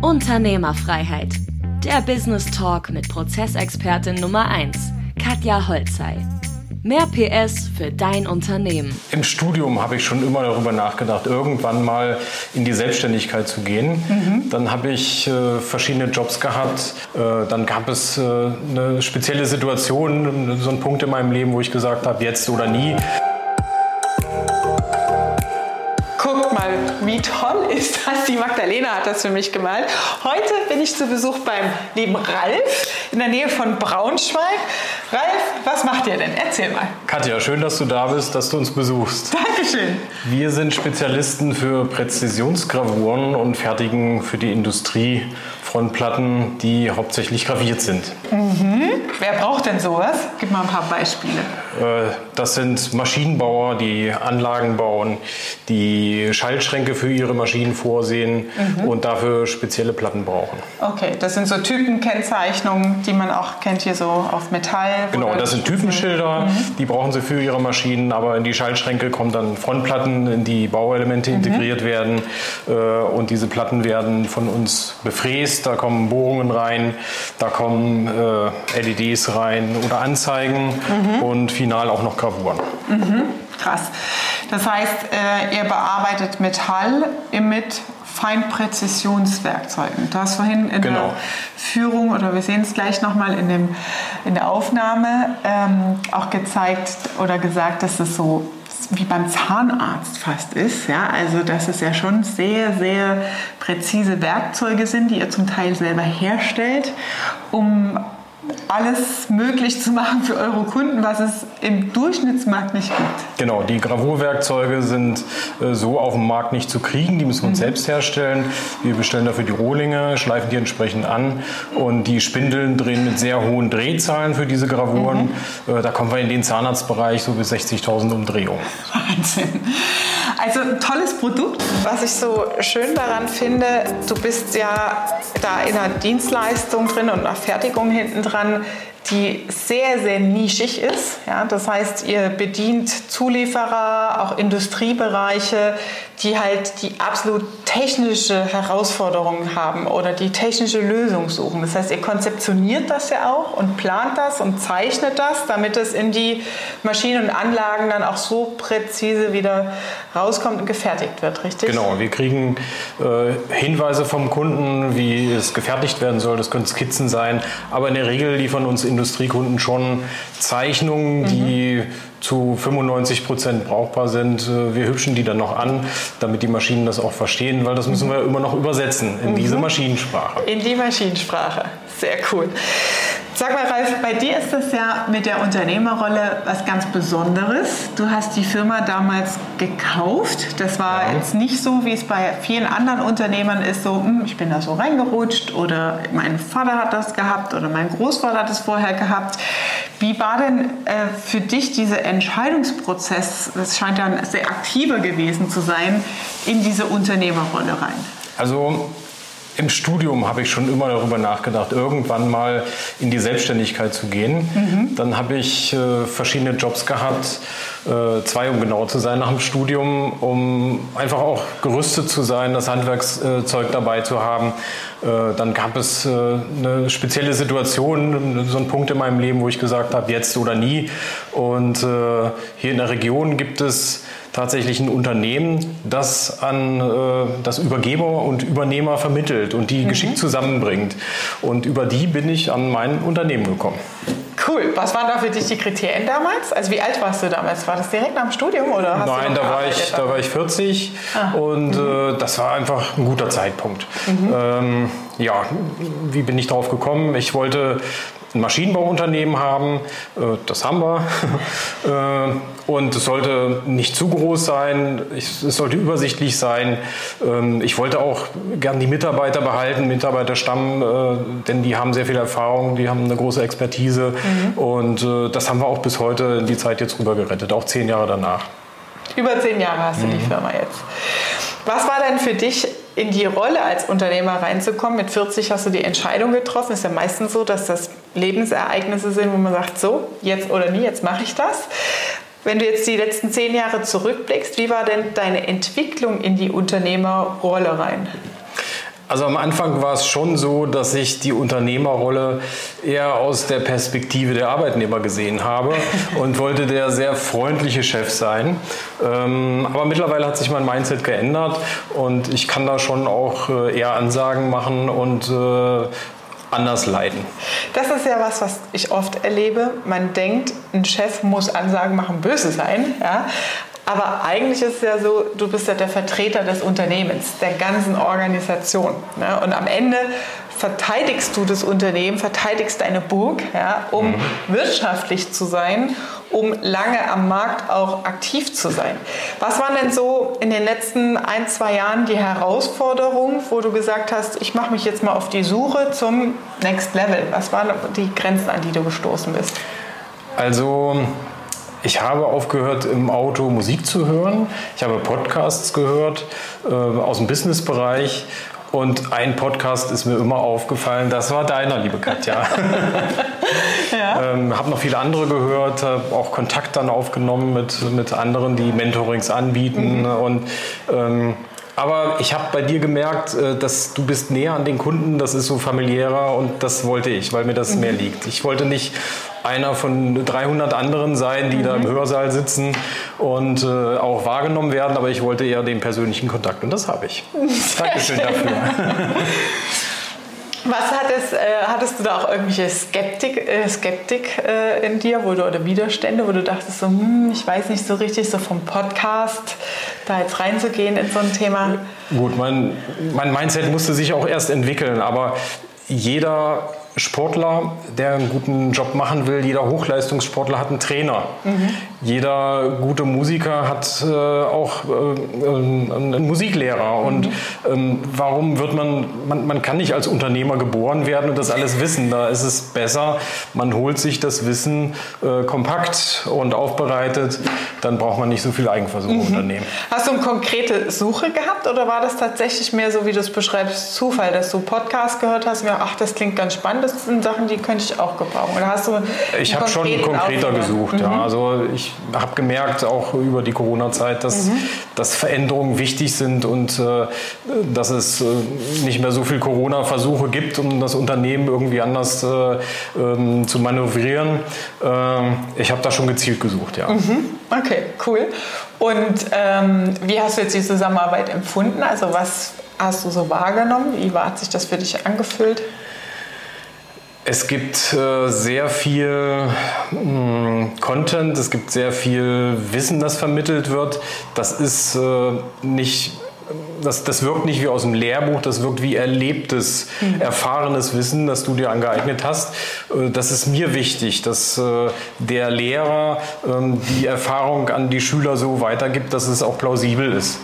Unternehmerfreiheit. Der Business Talk mit Prozessexpertin Nummer 1, Katja Holzei. Mehr PS für dein Unternehmen. Im Studium habe ich schon immer darüber nachgedacht, irgendwann mal in die Selbstständigkeit zu gehen. Dann habe ich verschiedene Jobs gehabt. Dann gab es eine spezielle Situation, so einen Punkt in meinem Leben, wo ich gesagt habe, jetzt oder nie. Guckt mal, wie toll ist das? Die Magdalena hat das für mich gemalt. Heute bin ich zu Besuch beim lieben Ralf in der Nähe von Braunschweig. Ralf, was macht ihr denn? Erzähl mal. Katja, schön, dass du da bist, dass du uns besuchst. Dankeschön. Wir sind Spezialisten für Präzisionsgravuren und fertigen für die Industrie Frontplatten, die hauptsächlich graviert sind. Wer braucht denn sowas? Gib mal ein paar Beispiele. Das sind Maschinenbauer, die Anlagen bauen, die Schaltschränke für ihre Maschinen vorsehen und dafür spezielle Platten brauchen. Okay, das sind so Typenkennzeichnungen, die man auch kennt hier so auf Metall. Genau, das sind Typenschilder, die brauchen sie für ihre Maschinen, aber in die Schaltschränke kommen dann Frontplatten, in die Bauelemente integriert werden und diese Platten werden von uns befräst, da kommen Bohrungen rein, da kommen LEDs rein oder Anzeigen und final auch noch Gravuren. Krass. Das heißt, ihr bearbeitet Metall mit Feinpräzisionswerkzeugen. Du hast vorhin in der Führung, oder wir sehen es gleich nochmal in der Aufnahme, auch gezeigt oder gesagt, dass es so wie beim Zahnarzt fast ist. Ja? Also dass es ja schon sehr, sehr präzise Werkzeuge sind, die ihr zum Teil selber herstellt, um alles möglich zu machen für eure Kunden, was es im Durchschnittsmarkt nicht gibt. Genau, die Gravurwerkzeuge sind so auf dem Markt nicht zu kriegen, die müssen wir uns selbst herstellen. Wir bestellen dafür die Rohlinge, schleifen die entsprechend an und die Spindeln drehen mit sehr hohen Drehzahlen für diese Gravuren. Da kommen wir in den Zahnarztbereich so bis 60.000 Umdrehungen. Wahnsinn. Also ein tolles Produkt. Was ich so schön daran finde, du bist ja da in einer Dienstleistung drin und einer Fertigung hinten dran, die sehr, sehr nischig ist. Ja, das heißt, ihr bedient Zulieferer, auch Industriebereiche, die halt die absolut technische Herausforderungen haben oder die technische Lösung suchen. Das heißt, ihr konzeptioniert das ja auch und plant das und zeichnet das, damit es in die Maschinen und Anlagen dann auch so präzise wieder rauskommt und gefertigt wird, richtig? Genau, wir kriegen Hinweise vom Kunden, wie es gefertigt werden soll. Das können Skizzen sein, aber in der Regel liefern uns Industriekunden schon Zeichnungen, die zu 95% brauchbar sind. Wir hübschen die dann noch an, damit die Maschinen das auch verstehen, weil das müssen wir immer noch übersetzen in diese Maschinensprache. In die Maschinensprache. Sehr cool. Sag mal, Ralf, bei dir ist das ja mit der Unternehmerrolle was ganz Besonderes. Du hast die Firma damals gekauft. Das war jetzt nicht so, wie es bei vielen anderen Unternehmern ist, so, ich bin da so reingerutscht oder mein Vater hat das gehabt oder mein Großvater hat es vorher gehabt. Wie war denn für dich dieser Entscheidungsprozess, das scheint ja ein sehr aktiver gewesen zu sein, in diese Unternehmerrolle rein? Also im Studium habe ich schon immer darüber nachgedacht, irgendwann mal in die Selbstständigkeit zu gehen. Dann habe ich verschiedene Jobs gehabt, 2 um genau zu sein nach dem Studium, um einfach auch gerüstet zu sein, das Handwerkszeug dabei zu haben. Dann gab es eine spezielle Situation, so einen Punkt in meinem Leben, wo ich gesagt habe, jetzt oder nie. Und hier in der Region gibt es tatsächlich ein Unternehmen, das das Übergeber und Übernehmer vermittelt und die geschickt zusammenbringt. Und über die bin ich an mein Unternehmen gekommen. Cool. Was waren da für dich die Kriterien damals? Also wie alt warst du damals? War das direkt nach dem Studium? Oder hast Nein, du da war ich 40 und das war einfach ein guter Zeitpunkt. Wie bin ich darauf gekommen? Ich wollte ein Maschinenbauunternehmen haben, das haben wir. Und es sollte nicht zu groß sein, es sollte übersichtlich sein. Ich wollte auch gern die Mitarbeiter behalten, Mitarbeiterstamm, denn die haben sehr viel Erfahrung, die haben eine große Expertise. Und das haben wir auch bis heute in die Zeit jetzt rüber gerettet, auch 10 Jahre danach. Über 10 Jahre hast du die Firma jetzt. Was war denn für dich in die Rolle als Unternehmer reinzukommen? Mit 40 hast du die Entscheidung getroffen. Ist ja meistens so, dass das Lebensereignisse sind, wo man sagt, so, jetzt oder nie, jetzt mache ich das. Wenn du jetzt die letzten 10 Jahre zurückblickst, wie war denn deine Entwicklung in die Unternehmerrolle rein? Also am Anfang war es schon so, dass ich die Unternehmerrolle eher aus der Perspektive der Arbeitnehmer gesehen habe und wollte der sehr freundliche Chef sein. Aber mittlerweile hat sich mein Mindset geändert und ich kann da schon auch eher Ansagen machen und anders leiten. Das ist ja was ich oft erlebe. Man denkt, ein Chef muss Ansagen machen, böse sein. Ja? Aber eigentlich ist es ja so, du bist ja der Vertreter des Unternehmens, der ganzen Organisation. Ne? Und am Ende verteidigst du das Unternehmen, verteidigst deine Burg, ja, um wirtschaftlich zu sein, um lange am Markt auch aktiv zu sein. Was waren denn so in den letzten 1-2 Jahren die Herausforderungen, wo du gesagt hast, ich mache mich jetzt mal auf die Suche zum Next Level? Was waren die Grenzen, an die du gestoßen bist? Also ich habe aufgehört, im Auto Musik zu hören. Ich habe Podcasts gehört aus dem Businessbereich. Und ein Podcast ist mir immer aufgefallen, das war deiner, liebe Katja. Ja. Habe noch viele andere gehört, habe auch Kontakt dann aufgenommen mit anderen, die Mentorings anbieten. Und aber ich habe bei dir gemerkt, dass du bist näher an den Kunden, das ist so familiärer und das wollte ich, weil mir das mehr liegt. Ich wollte nicht einer von 300 anderen sein, die da im Hörsaal sitzen und auch wahrgenommen werden, aber ich wollte eher den persönlichen Kontakt und das habe ich. Dankeschön dafür. Hattest du da auch irgendwelche Skeptik in dir oder Widerstände, wo du dachtest so, ich weiß nicht so richtig, so vom Podcast da jetzt reinzugehen in so ein Thema? Gut, mein Mindset musste sich auch erst entwickeln, aber jeder Sportler, der einen guten Job machen will, jeder Hochleistungssportler hat einen Trainer. Jeder gute Musiker hat auch einen Musiklehrer. Und warum wird man kann nicht als Unternehmer geboren werden und das alles wissen. Da ist es besser, man holt sich das Wissen kompakt und aufbereitet. Dann braucht man nicht so viel Eigenversuch unternehmen. Hast du eine konkrete Suche gehabt oder war das tatsächlich mehr so, wie du es beschreibst, Zufall, dass du Podcast gehört hast und mir, ach, das klingt ganz spannend, das sind Sachen, die könnte ich auch gebrauchen? Oder hast du ich habe schon konkreter gesucht. Ja. Also ich habe gemerkt, auch über die Corona-Zeit, dass Veränderungen wichtig sind und dass es nicht mehr so viel Corona-Versuche gibt, um das Unternehmen irgendwie anders zu manövrieren. Ich habe da schon gezielt gesucht, ja. Okay, cool. Und wie hast du jetzt die Zusammenarbeit empfunden? Also was hast du so wahrgenommen? Wie hat sich das für dich angefühlt? Es gibt sehr viel Content, es gibt sehr viel Wissen, das vermittelt wird. Das ist das wirkt nicht wie aus dem Lehrbuch, das wirkt wie erlebtes, erfahrenes Wissen, das du dir angeeignet hast. Das ist mir wichtig, dass der Lehrer die Erfahrung an die Schüler so weitergibt, dass es auch plausibel ist.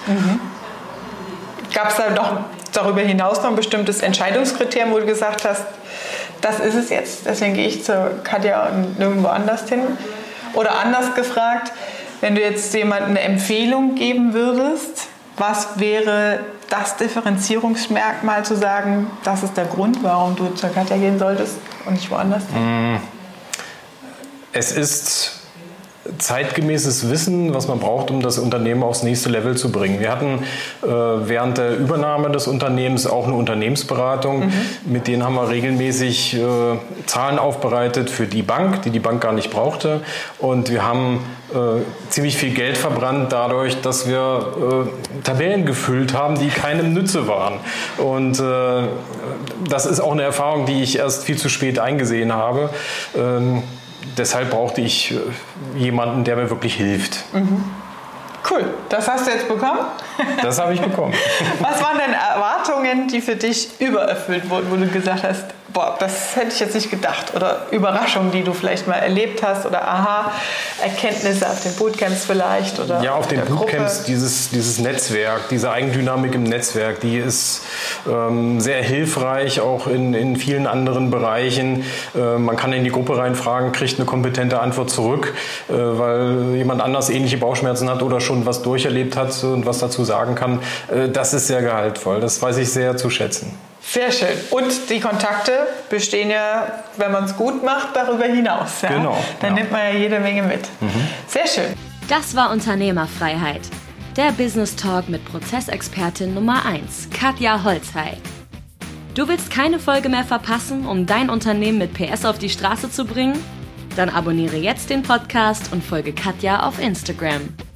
Gab es da noch darüber hinaus noch ein bestimmtes Entscheidungskriterium, wo du gesagt hast, das ist es jetzt, deswegen gehe ich zur Katja und nirgendwo anders hin? Oder anders gefragt, wenn du jetzt jemandem eine Empfehlung geben würdest, was wäre das Differenzierungsmerkmal zu sagen, das ist der Grund, warum du zur Katja gehen solltest und nicht woanders hin? Es ist zeitgemäßes Wissen, was man braucht, um das Unternehmen aufs nächste Level zu bringen. Wir hatten während der Übernahme des Unternehmens auch eine Unternehmensberatung. Mit denen haben wir regelmäßig Zahlen aufbereitet für die Bank, die Bank gar nicht brauchte. Und wir haben ziemlich viel Geld verbrannt dadurch, dass wir Tabellen gefüllt haben, die keinem Nütze waren. Und das ist auch eine Erfahrung, die ich erst viel zu spät eingesehen habe. Deshalb brauchte ich jemanden, der mir wirklich hilft. Cool, das hast du jetzt bekommen? Das habe ich bekommen. Was waren denn Erwartungen, die für dich übererfüllt wurden, wo du gesagt hast, boah, das hätte ich jetzt nicht gedacht? Oder Überraschungen, die du vielleicht mal erlebt hast? Oder Erkenntnisse auf den Bootcamps vielleicht? Oder ja, auf den Bootcamps dieses Netzwerk, diese Eigendynamik im Netzwerk, die ist sehr hilfreich, auch in vielen anderen Bereichen. Man kann in die Gruppe reinfragen, kriegt eine kompetente Antwort zurück, weil jemand anders ähnliche Bauchschmerzen hat oder schon was durcherlebt hat und was dazu sagen kann. Das ist sehr gehaltvoll. Das weiß ich sehr zu schätzen. Sehr schön. Und die Kontakte bestehen ja, wenn man es gut macht, darüber hinaus. Ja? Genau. Dann nimmt man ja jede Menge mit. Sehr schön. Das war Unternehmerfreiheit. Der Business Talk mit Prozessexpertin Nummer 1, Katja Holzhey. Du willst keine Folge mehr verpassen, um dein Unternehmen mit PS auf die Straße zu bringen? Dann abonniere jetzt den Podcast und folge Katja auf Instagram.